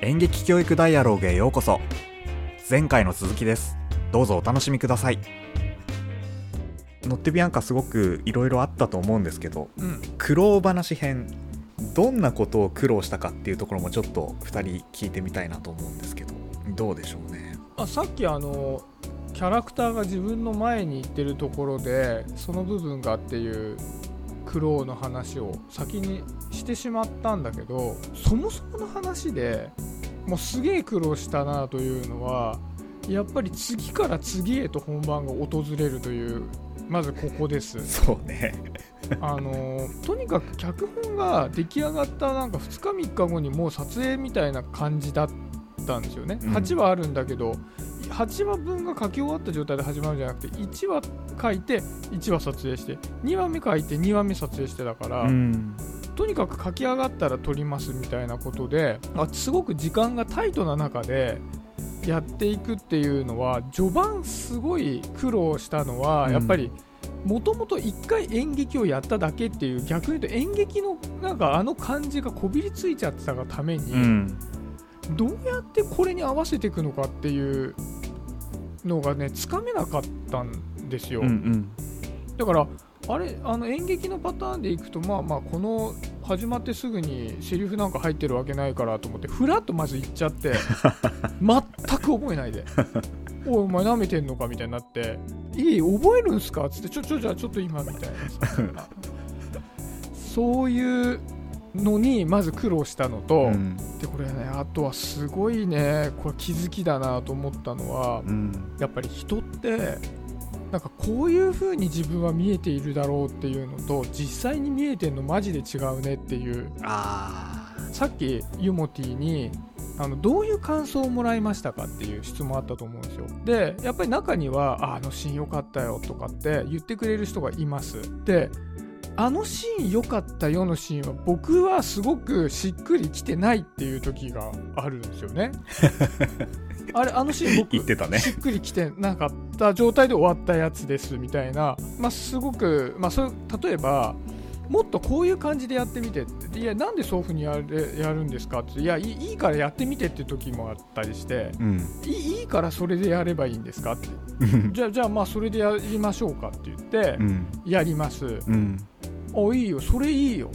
演劇教育ダイアローグへようこそ。前回の続きです。どうぞお楽しみください。ノッテビアンカすごくいろいろあったと思うんですけど、苦労話編、どんなことを苦労したかっていうところもちょっと2人聞いてみたいなと思うんですけど、どうでしょうね。 さっきキャラクターが自分の前に行ってるところでその部分がっていう苦労の話を先にしてしまったんだけど、そもそもの話でもうすげえ苦労したなというのは、やっぱり次から次へと本番が訪れるという、まずここです。 そうねとにかく脚本が出来上がったなんか2日3日後にもう撮影みたいな感じだったんですよね。8話あるんだけど、8話分が書き終わった状態で始まるんじゃなくて、1話書いて1話撮影して2話目書いて2話目撮影してだから、とにかく書き上がったら撮りますみたいなことで、すごく時間がタイトな中でやっていくっていうのは、序盤すごい苦労したのは、やっぱりもともと1回演劇をやっただけっていう、逆に言うと演劇のなんか感じがこびりついちゃってたがために、どうやってこれに合わせていくのかっていうのがね、つかめなかったんですよ。だから演劇のパターンでいくと、この始まってすぐにセリフなんか入ってるわけないからと思ってフラッとまず行っちゃって全く覚えないでおいお前舐めてんのかみたいになって、覚えるんすかっつって、じゃあちょっと今みたいなそういうのにまず苦労したのと、でこれね、あとはすごいね、これ気づきだなと思ったのは、やっぱり人ってなんかこういう風に自分は見えているだろうっていうのと、実際に見えてるのマジで違うねっていう。さっきユモティにどういう感想をもらいましたかっていう質問あったと思うんですよ。でやっぱり中にはシーン良かったよとかって言ってくれる人がいます。でシーン良かったよのシーンは僕はすごくしっくりきてないっていう時があるんですよねシーン僕言ってたね、 しっくりきてなかった状態で終わったやつですみたいな、すごく、例えばもっとこういう感じでやってみてって、いやなんでそういう風にやるんですかって、いやいいからやってみてって時もあったりして、いいからそれでやればいいんですかってじゃあそれでやりましょうかって言って、やります、いいよそれいいよ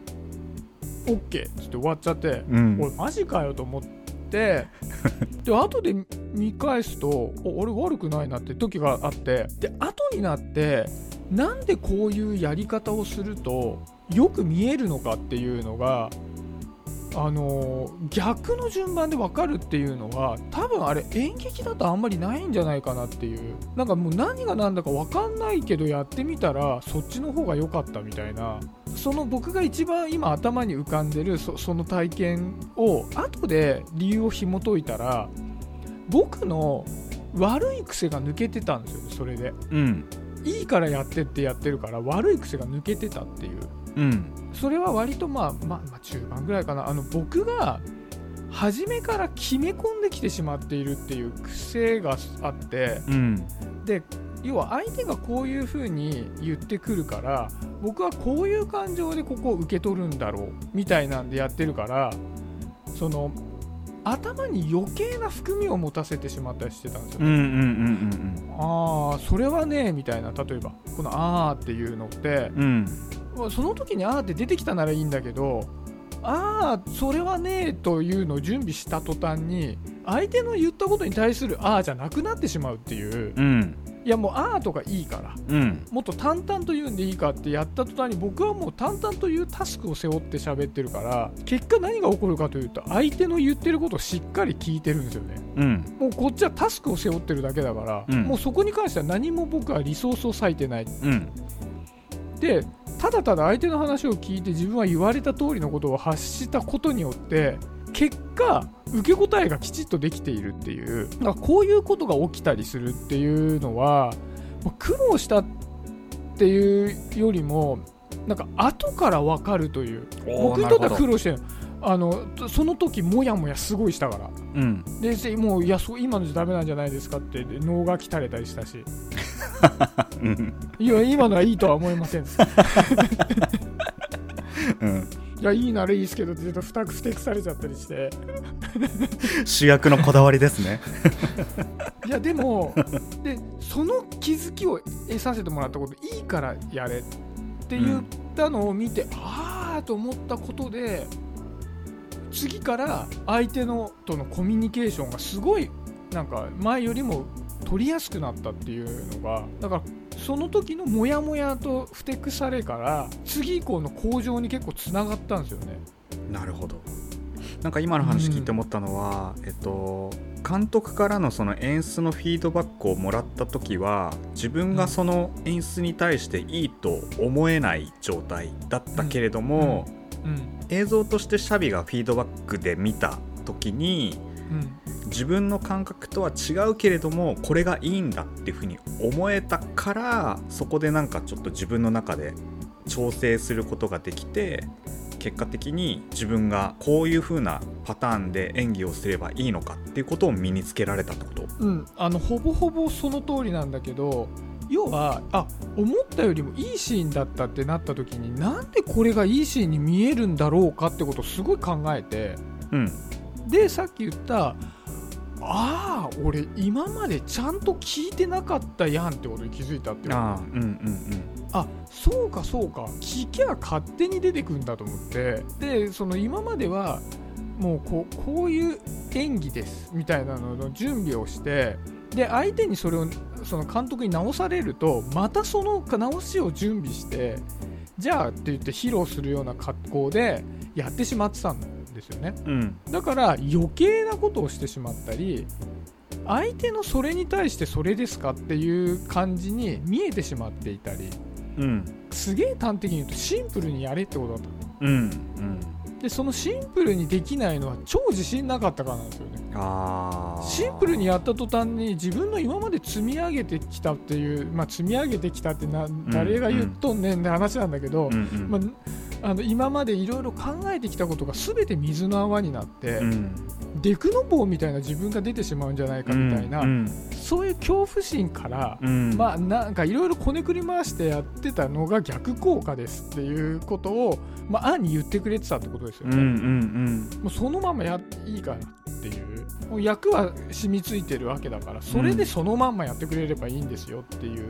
OK って言って終わっちゃって、おいマジかよと思ってで後で見返すと俺悪くないなって時があって、で後になってなんでこういうやり方をするとよく見えるのかっていうのが逆の順番で分かるっていうのは、多分あれ演劇だとあんまりないんじゃないかなっていう。なんかもう何が何だか分かんないけどやってみたらそっちの方が良かったみたいな、その僕が一番今頭に浮かんでる その体験を後で理由を紐解いたら、僕の悪い癖が抜けてたんですよね。それで、いいからやってってやってるから悪い癖が抜けてたっていう、それは割と中盤ぐらいかな。僕が初めから決め込んできてしまっているっていう癖があって、で要は相手がこういう風に言ってくるから僕はこういう感情でここを受け取るんだろうみたいなんでやってるから、その頭に余計な含みを持たせてしまったりしてたんですよね。それはねみたいな、例えばこのっていうのって、その時にって出てきたならいいんだけど、それはねというのを準備した途端に相手の言ったことに対するじゃなくなってしまうっていう、いやもうとかいいから、もっと淡々と言うんでいいかってやった途端に、僕はもう淡々というタスクを背負って喋ってるから、結果何が起こるかというと相手の言ってることをしっかり聞いてるんですよね。もうこっちはタスクを背負ってるだけだから、もうそこに関しては何も僕はリソースを割いてない、でただただ相手の話を聞いて自分は言われた通りのことを発したことによって結果受け答えがきちっとできているっていう、だからこういうことが起きたりするっていうのは苦労したっていうよりもなんか後から分かるという。僕にとっては苦労してる、その時もやもやすごいしたから、でもう今のじゃダメなんじゃないですかって脳がきたれたりしたしいや今のはいいとは思いませんいがいいならいいですけどって言うとふてくされちゃったりして主役のこだわりですねいやでもでその気づきを得させてもらったこと、いいからやれって言ったのを見て、あーと思ったことで、次から相手のとのコミュニケーションがすごいなんか前よりも取りやすくなったっていうのが、だからその時のモヤモヤとふてくされから次以降の向上に結構つながったんですよね。 なるほど。なんか今の話聞いて思ったのは、監督からのその演出のフィードバックをもらった時は、自分がその演出に対していいと思えない状態だったけれども、映像としてシャビがフィードバックで見た時に、自分の感覚とは違うけれどもこれがいいんだっていうふうに思えたから、そこでなんかちょっと自分の中で調整することができて、結果的に自分がこういう風なパターンで演技をすればいいのかっていうことを身につけられたってこと？ ほぼほぼその通りなんだけど、要は思ったよりもいいシーンだったってなった時に、なんでこれがいいシーンに見えるんだろうかってことをすごい考えて、でさっき言った俺今までちゃんと聞いてなかったやんってことに気づいたっていう。そうか聞けば勝手に出てくるんだと思って、でその今まではもうこういう演技ですみたいなのの準備をして、で相手にそれをその監督に直されると、またその直しを準備してじゃあって言って披露するような格好でやってしまってたんですよね。だから余計なことをしてしまったり、相手のそれに対してそれですかっていう感じに見えてしまっていたり、すげえ端的に言うとシンプルにやれってことだった。でそのシンプルにできないのは超自信なかったからなんですよね。シンプルにやった途端に自分の今まで積み上げてきたっていう、積み上げてきたって誰が言っとんねんって話なんだけど、今までいろいろ考えてきたことが全て水の泡になって、デクノボーみたいな自分が出てしまうんじゃないかみたいな、そういう恐怖心から、なんかいろいろこねくり回してやってたのが逆効果ですっていうことを、暗に言ってくれてたってことですよね。もうそのままいいからっていう、もう役は染みついてるわけだから、それでそのまんまやってくれればいいんですよっていう、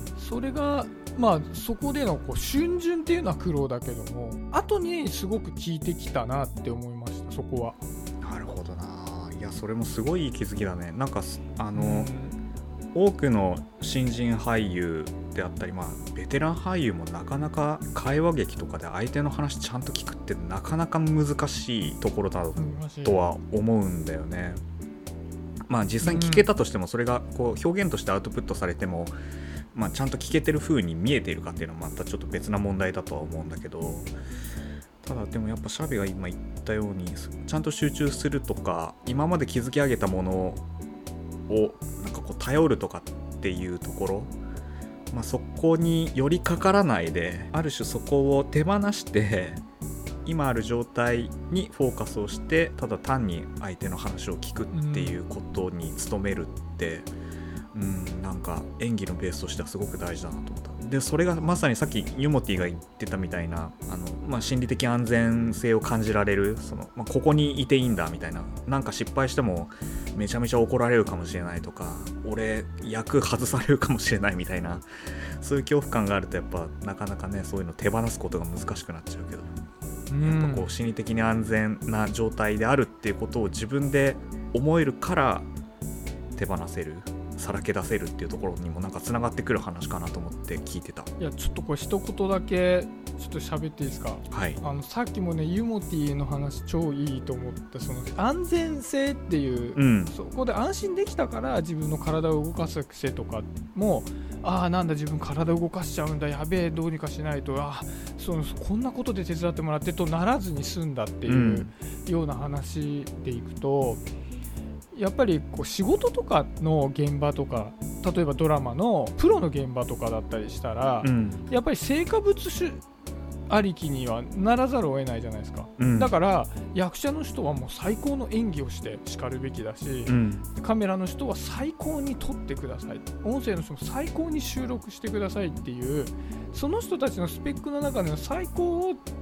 それがそこでの春巡っていうのは苦労だけども、後にすごく効いてきたなって思いました、そこは。 なるほどな。いやそれもすごいいい気づきだね。なんか多くの新人俳優であったり、ベテラン俳優もなかなか会話劇とかで相手の話ちゃんと聞くってなかなか難しいところだとは思うんだよね。実際に聞けたとしても、それが表現としてアウトプットされても、ちゃんと聞けてる風に見えているかっていうのはまたちょっと別な問題だとは思うんだけど、ただでもやっぱシャビが今言ったようにちゃんと集中するとか、今まで築き上げたものをなんか頼るとかっていうところ、そこに寄りかからないで、ある種そこを手放して今ある状態にフォーカスをして、ただ単に相手の話を聞くっていうことに努めるって、なんか演技のベースとしてはすごく大事だなと思った。でそれがまさにさっきユモティが言ってたみたいな、心理的安全性を感じられる、ここにいていいんだみたいな、なんか失敗してもめちゃめちゃ怒られるかもしれないとか、俺役外されるかもしれないみたいな、そういう恐怖感があるとやっぱなかなかね、そういうの手放すことが難しくなっちゃうけど、やっぱ心理的に安全な状態であるっていうことを自分で思えるから手放せる、さらけ出せるっていうところにもなんかつながってくる話かなと思って聞いてた。 いやちょっとこれ一言だけちょっと喋っていいですか。 はい。 さっきもねユモティの話超いいと思った。その安全性っていう、そこで安心できたから自分の体を動かす癖とかも、なんだ自分体を動かしちゃうんだ、やべえどうにかしないと、こんなことで手伝ってもらってとならずに済んだっていうような話でいくと、やっぱり仕事とかの現場とか、例えばドラマのプロの現場とかだったりしたら、やっぱり成果物ありきにはならざるを得ないじゃないですか。だから役者の人はもう最高の演技をしてしかるべきだし、カメラの人は最高に撮ってください、音声の人も最高に収録してくださいっていう、その人たちのスペックの中での最高を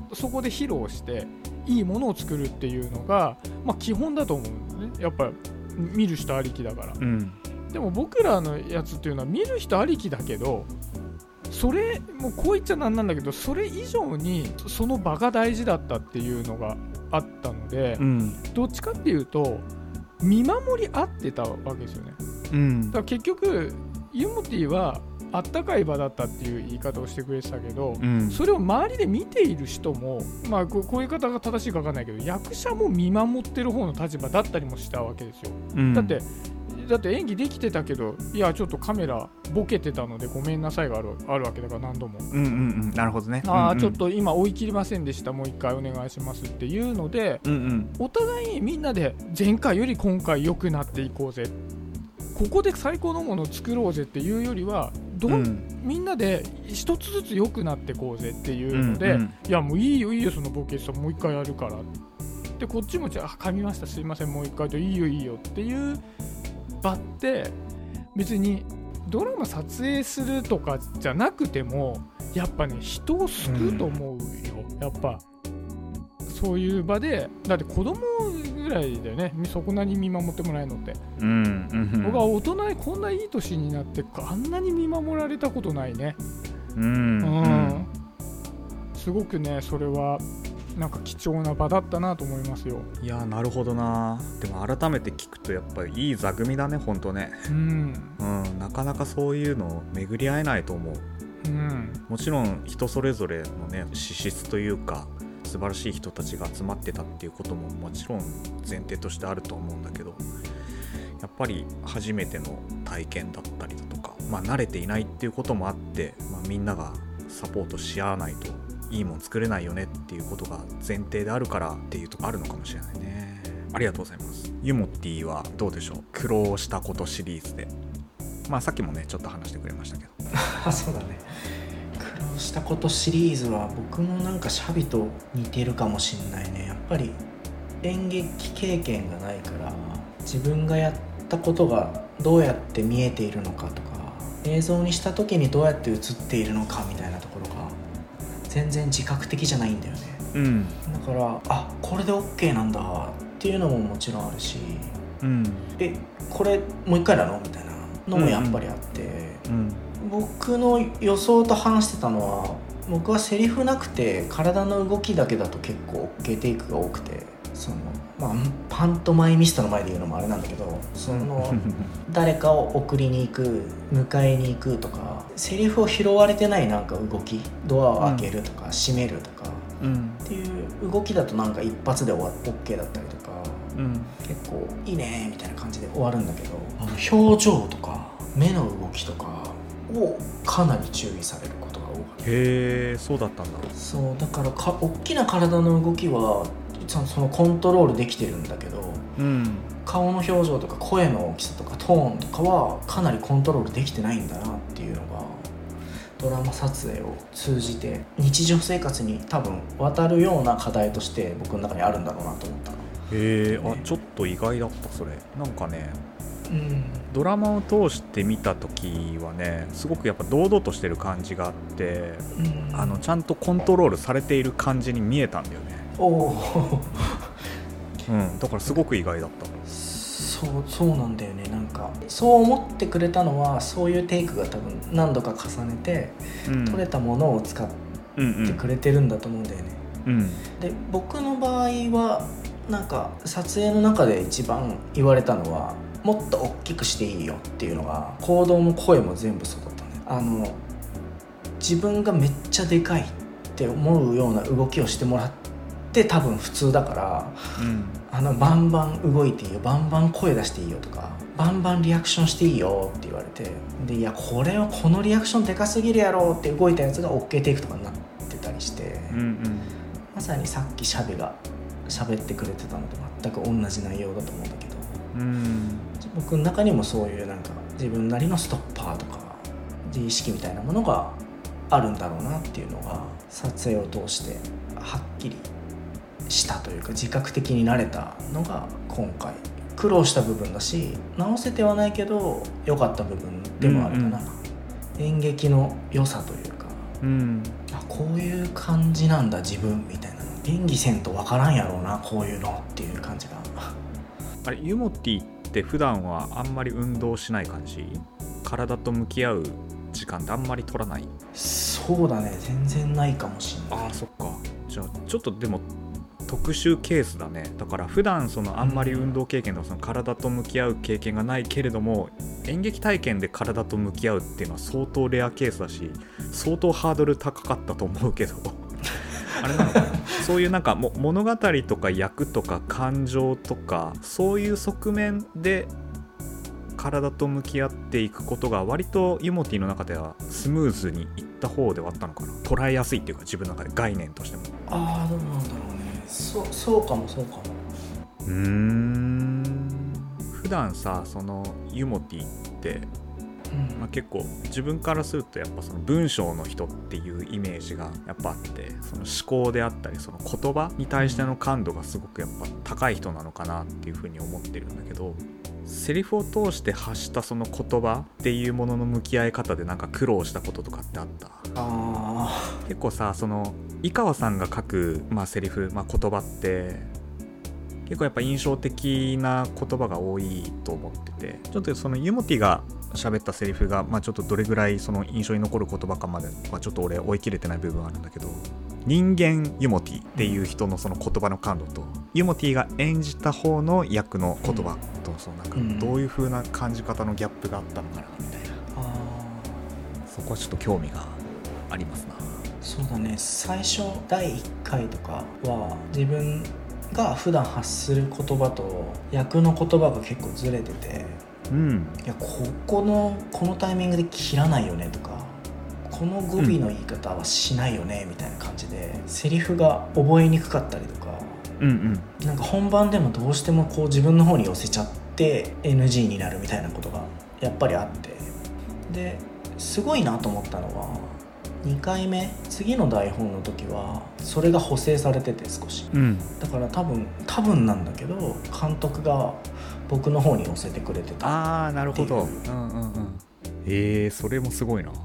そこで披露していいものを作るっていうのが、基本だと思うんですね。やっぱ見る人ありきだから、でも僕らのやつっていうのは見る人ありきだけど、それもうこう言っちゃなんなんだけど、それ以上にその場が大事だったっていうのがあったので、どっちかっていうと見守り合ってたわけですよね。だから結局ユモティはあったかい場だったっていう言い方をしてくれてたけど、それを周りで見ている人も、こういう方が正しいか分かんないけど、役者も見守ってる方の立場だったりもしたわけですよ。だって演技できてたけど、いやちょっとカメラボケてたのでごめんなさいがあるわけだから、何度も、 なるほどね。 ちょっと今追い切りませんでした、もう一回お願いしますっていうので、お互いみんなで前回より今回良くなっていこうぜ、ここで最高のものを作ろうぜっていうよりは、みんなで一つずつ良くなっていこうぜっていうので、いやもういいよそのボケさ、もう一回やるからで、こっちもじゃあ噛みました、すいませんもう一回と、いいよっていう場って、別にドラマ撮影するとかじゃなくてもやっぱね、人を救うと思うよ、やっぱそういう場で。だって子供ぐらいだよね、そこなに見守ってもらえるのって、僕は大人にこんないい年になってあんなに見守られたことないね。すごくね、それはなんか貴重な場だったなと思いますよ。 いやなるほどな。でも改めて聞くとやっぱりいい座組だね、ほんとね。なかなかそういうの巡り合えないと思う。もちろん人それぞれのね資質というか素晴らしい人たちが集まってたっていうことももちろん前提としてあると思うんだけど、やっぱり初めての体験だったりだとか、慣れていないっていうこともあって、みんながサポートし合わないといいもん作れないよねっていうことが前提であるからっていうところあるのかもしれないね。ありがとうございます。ユモティはどうでしょう、苦労したことシリーズで。さっきもねちょっと話してくれましたけどそうだね、苦労したことシリーズは僕もなんかシャビと似てるかもしんないね。やっぱり演劇経験がないから、自分がやったことがどうやって見えているのかとか、映像にした時にどうやって映っているのかみたいなところが全然自覚的じゃないんだよね。だからこれで OK なんだっていうのももちろんあるし、これもう一回なのみたいなのもやっぱりあって、僕の予想と話してたのは、僕はセリフなくて体の動きだけだと結構 OK テイクが多くて、パントマイミストの前で言うのもあれなんだけど、誰かを送りに行く、迎えに行くとか、セリフを拾われてないなんか動き、ドアを開けるとか、閉めるとか、っていう動きだとなんか一発でOK だったりとか、結構いいねみたいな感じで終わるんだけど、表情とか目の動きとかをかなり注意されることが多かった。 へえ、そうだったんだ。 そうだから大きな体の動きはそのコントロールできてるんだけど、顔の表情とか声の大きさとかトーンとかはかなりコントロールできてないんだなっていうのがドラマ撮影を通じて日常生活に多分渡るような課題として僕の中にあるんだろうなと思った。 へえ、ちょっと意外だった。それなんかね、ドラマを通して見た時はね、すごくやっぱ堂々としてる感じがあって、ちゃんとコントロールされている感じに見えたんだよね。だからすごく意外だった。 そうなんだよね。なんかそう思ってくれたのは、そういうテイクが多分何度か重ねて、撮れたものを使ってくれてるんだと思うんだよね。で僕の場合はなんか撮影の中で一番言われたのは、もっと大きくしていいよっていうのが、行動も声も全部そうだったね。自分がめっちゃでかいって思うような動きをしてもらって多分普通だから、バンバン動いていいよ、バンバン声出していいよとか、バンバンリアクションしていいよって言われて、でいやこのリアクションでかすぎるやろって動いたやつが OK テイクとかになってたりして、まさにさっきシャビが喋ってくれてたのと全く同じ内容だと思うんだけど、僕の中にもそういうなんか自分なりのストッパーとか自意識みたいなものがあるんだろうなっていうのが撮影を通してはっきりしたというか、自覚的になれたのが今回。苦労した部分だし、直せてはないけど良かった部分でもあるかな。演劇の良さというか、 こういう感じなんだ自分みたいな、演技せんと分からんやろうなこういうのっていう感じが。 あれユモティって普段はあんまり運動しない感じ？体と向き合う時間ってあんまり取らない？ そうだね、全然ないかもしれない。 ああそっか。じゃあちょっとでも特殊ケースだね。だから普段そのあんまり運動経験とかその体と向き合う経験がないけれども、演劇体験で体と向き合うっていうのは相当レアケースだし、相当ハードル高かったと思うけどあれなのかなそういうなんか物語とか役とか感情とかそういう側面で体と向き合っていくことが割とユモティの中ではスムーズにいった方ではあったのかな。捉えやすいっていうか自分の中で概念としても。 ああどうなんだろうね。そうかも。 普段さそのユモティって、結構自分からするとやっぱその文章の人っていうイメージがやっぱあって、その思考であったりその言葉に対しての感度がすごくやっぱ高い人なのかなっていうふうに思ってるんだけど、セリフを通して発したその言葉っていうものの向き合い方でなんか苦労したこととかってあった？結構さその井川さんが書く、セリフ、言葉って結構やっぱ印象的な言葉が多いと思ってて、ちょっとそのユモティが喋ったセリフが、ちょっとどれぐらいその印象に残る言葉かまではちょっと俺追い切れてない部分はあるんだけど、人間ユモティっていう人のその言葉の感度と、ユモティが演じた方の役の言葉と、そのなんかどういう風な感じ方のギャップがあったのかなみたいな、そこはちょっと興味がありますな。 そうだね、最初第1回とかは自分が普段発する言葉と役の言葉が結構ずれてて、いやこのタイミングで切らないよねとか、この語尾の言い方はしないよねみたいな感じで、セリフが覚えにくかったりとか、なんか本番でもどうしてもこう自分の方に寄せちゃって NG になるみたいなことがやっぱりあって、ですごいなと思ったのは2回目次の台本の時はそれが補正されてて少し、だから多分なんだけど監督が僕の方に寄せてくれてた。 なるほど。それもすごいな。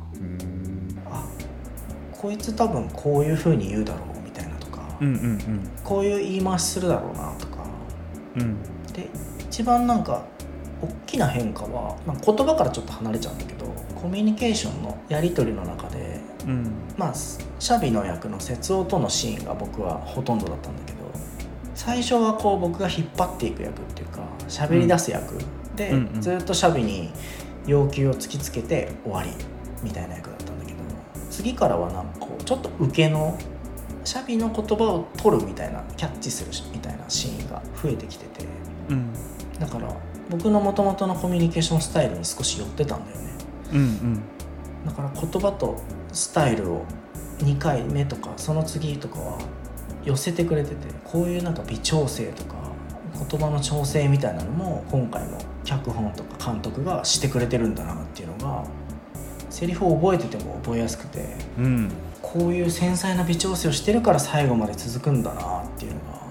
こいつ多分こういう風に言うだろうみたいなとか、こういう言い回しするだろうなとか、で一番なんか大きな変化は、言葉からちょっと離れちゃうんだけど、コミュニケーションのやり取りの中で、シャビの役の節夫とのシーンが僕はほとんどだったんだけど、最初はこう僕が引っ張っていく役っていうか喋り出す役で、ずっとシャビに要求を突きつけて終わりみたいな役だったんだけど、次からはなんかこうちょっと受けのシャビの言葉を取るみたいな、キャッチするみたいなシーンが増えてきてて、だから僕の元々のコミュニケーションスタイルに少し寄ってたんだよね。だから言葉とスタイルを2回目とかその次とかは寄せてくれてて、こういうなんか微調整とか言葉の調整みたいなのも今回の脚本とか監督がしてくれてるんだなっていうのが、セリフを覚えてても覚えやすくて、こういう繊細な微調整をしてるから最後まで続くんだなっていうのが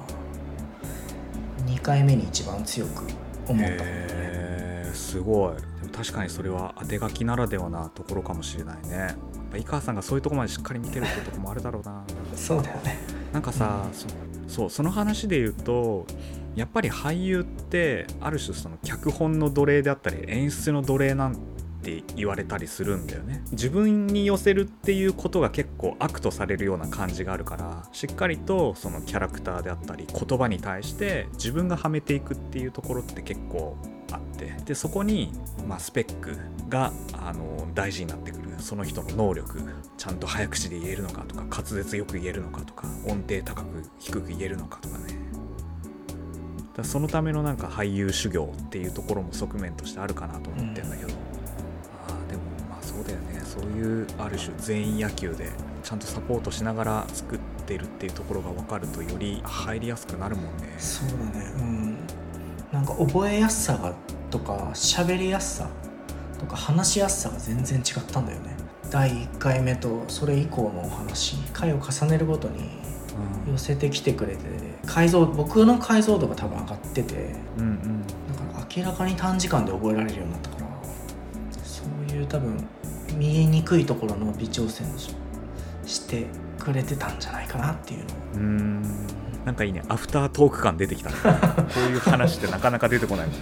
2回目に一番強く思ったもんね。 すごい。でも確かにそれは当て書きならではなところかもしれないね。井川さんがそういうところまでしっかり見てるってところもあるだろうな。 そうだよね。 なんかさ、その話で言うとやっぱり俳優ってある種その脚本の奴隷であったり演出の奴隷なんて言われたりするんだよね。自分に寄せるっていうことが結構悪とされるような感じがあるから、しっかりとそのキャラクターであったり言葉に対して自分がはめていくっていうところって結構あって、でそこにスペックが大事になってくる。その人の能力、ちゃんと早口で言えるのかとか、滑舌よく言えるのかとか、音程高く低く言えるのかとかね。だそのためのなんか俳優修行っていうところも側面としてあるかなと思ってるんだけど、でもそうだよね。そういうある種全員野球でちゃんとサポートしながら作ってるっていうところが分かるとより入りやすくなるもんね。 そうだね。なんか覚えやすさがとか喋りやすさとか話しやすさが全然違ったんだよね。第1回目とそれ以降のお話、回を重ねるごとに寄せてきてくれて、僕の解像度が多分上がってて、だから明らかに短時間で覚えられるようになったから、そういう多分見えにくいところの微調整をしてくれてたんじゃないかなっていうのを。 なんかいいね、アフタートーク感出てきた、ね、こういう話ってなかなか出てこない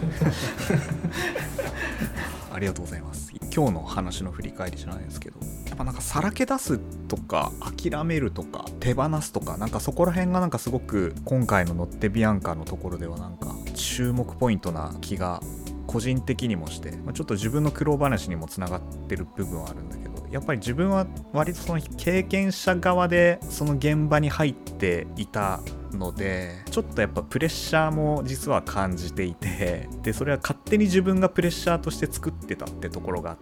ありがとうございます。今日の話の振り返りじゃないですけど、やっぱなんかさらけ出すとか諦めるとか手放すとか、なんかそこら辺がなんかすごく今回のノッテビアンカのところではなんか注目ポイントな気が個人的にもして、ちょっと自分の苦労話にもつながってる部分はあるんだけど、やっぱり自分は割とその経験者側でその現場に入っていたので、ちょっとやっぱプレッシャーも実は感じていて、でそれは勝手に自分がプレッシャーとして作ってたってところがあって、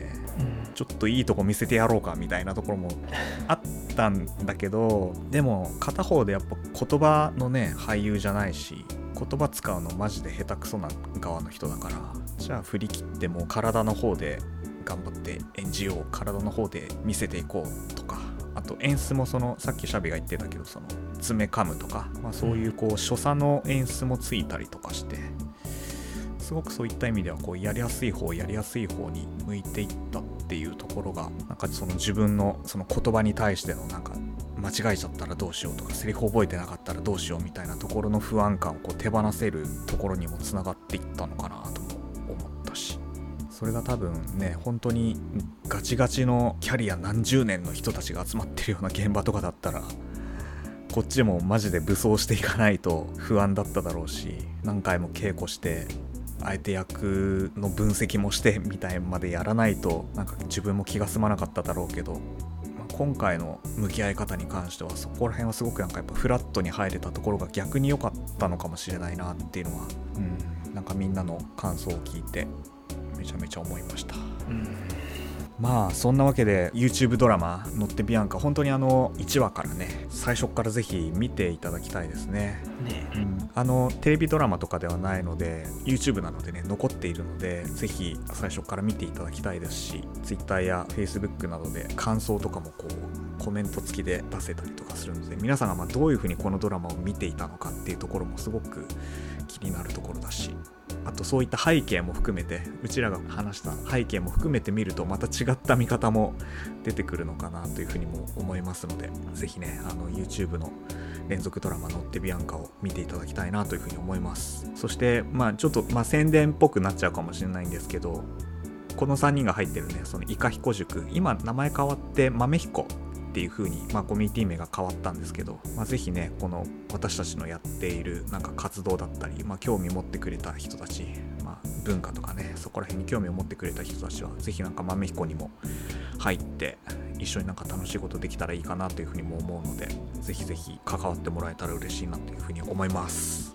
ちょっといいとこ見せてやろうかみたいなところもあったんだけど、でも片方でやっぱ言葉のね俳優じゃないし、言葉使うのマジで下手くそな側の人だから、じゃあ振り切ってもう体の方で頑張って演じよう、体の方で見せていこうとか、あと演出もそのさっきシャビが言ってたけど、その詰め噛むとか、そういうこう所作の演出もついたりとかして、すごくそういった意味ではこうやりやすい方に向いていったっていうところが、なんかその自分のその言葉に対してのなんか間違えちゃったらどうしようとか、セリフ覚えてなかったらどうしようみたいなところの不安感をこう手放せるところにもつながっていったのかなとも思ったし、それが多分ね本当にガチガチのキャリア何十年の人たちが集まってるような現場とかだったら、こっちもマジで武装していかないと不安だっただろうし、何回も稽古して相手役の分析もしてみたいまでやらないとなんか自分も気が済まなかっただろうけど、今回の向き合い方に関してはそこら辺はすごくなんかやっぱフラットに入れたところが逆に良かったのかもしれないなっていうのは、なんかみんなの感想を聞いてめちゃめちゃ思いました。まあそんなわけで YouTube ドラマノッテビアンカ、本当に1話からね最初からぜひ見ていただきたいですね。テレビドラマとかではないので YouTube なのでね残っているので、ぜひ最初から見ていただきたいですし、 Twitter や Facebook などで感想とかもこうコメント付きで出せたりとかするので、皆さんがどういう風にこのドラマを見ていたのかっていうところもすごく気になるところだし、あとそういった背景も含めて、うちらが話した背景も含めて見るとまた違った見方も出てくるのかなというふうにも思いますので、ぜひねYouTube の連続ドラマノッテビアンカを見ていただきたいなというふうに思います。そしてちょっと宣伝っぽくなっちゃうかもしれないんですけど、この3人が入ってるねそのイカヒコ塾、今名前変わって豆彦っていう風にコミュニティ名が変わったんですけど、ぜひねこの私たちのやっているなんか活動だったり、興味持ってくれた人たち、文化とかねそこら辺に興味を持ってくれた人たちはぜひなんか豆彦にも入って一緒になんか楽しいことできたらいいかなというふうにも思うので、ぜひぜひ関わってもらえたら嬉しいなというふうに思います。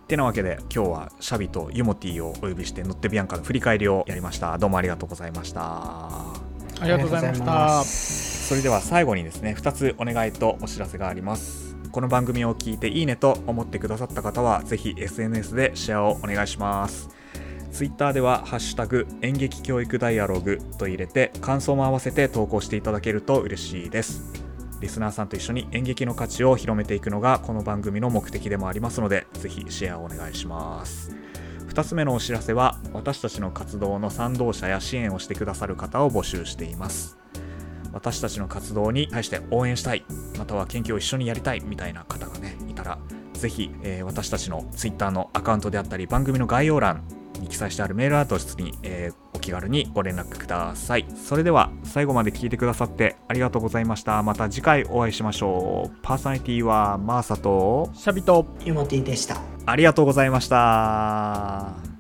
てなわけで今日はシャビとユモティをお呼びしてノッテビアンカの振り返りをやりました。どうもありがとうございました。 ありがとうございました。 それでは最後にですね2つお願いとお知らせがあります。この番組を聞いていいねと思ってくださった方はぜひ SNS でシェアをお願いします。Twitter ではハッシュタグ演劇教育ダイアログと入れて感想も合わせて投稿していただけると嬉しいです。リスナーさんと一緒に演劇の価値を広めていくのがこの番組の目的でもありますので、ぜひシェアをお願いします。2つ目のお知らせは、私たちの活動の賛同者や支援をしてくださる方を募集しています。私たちの活動に対して応援したい、または研究を一緒にやりたいみたいな方がねいたら、ぜひ、私たちの Twitter のアカウントであったり番組の概要欄に記載してあるメールアドレスに、お気軽にご連絡ください。それでは最後まで聞いてくださってありがとうございました。また次回お会いしましょう。パーソナリティはマーサとシャビとユモティでした。 ありがとうございました。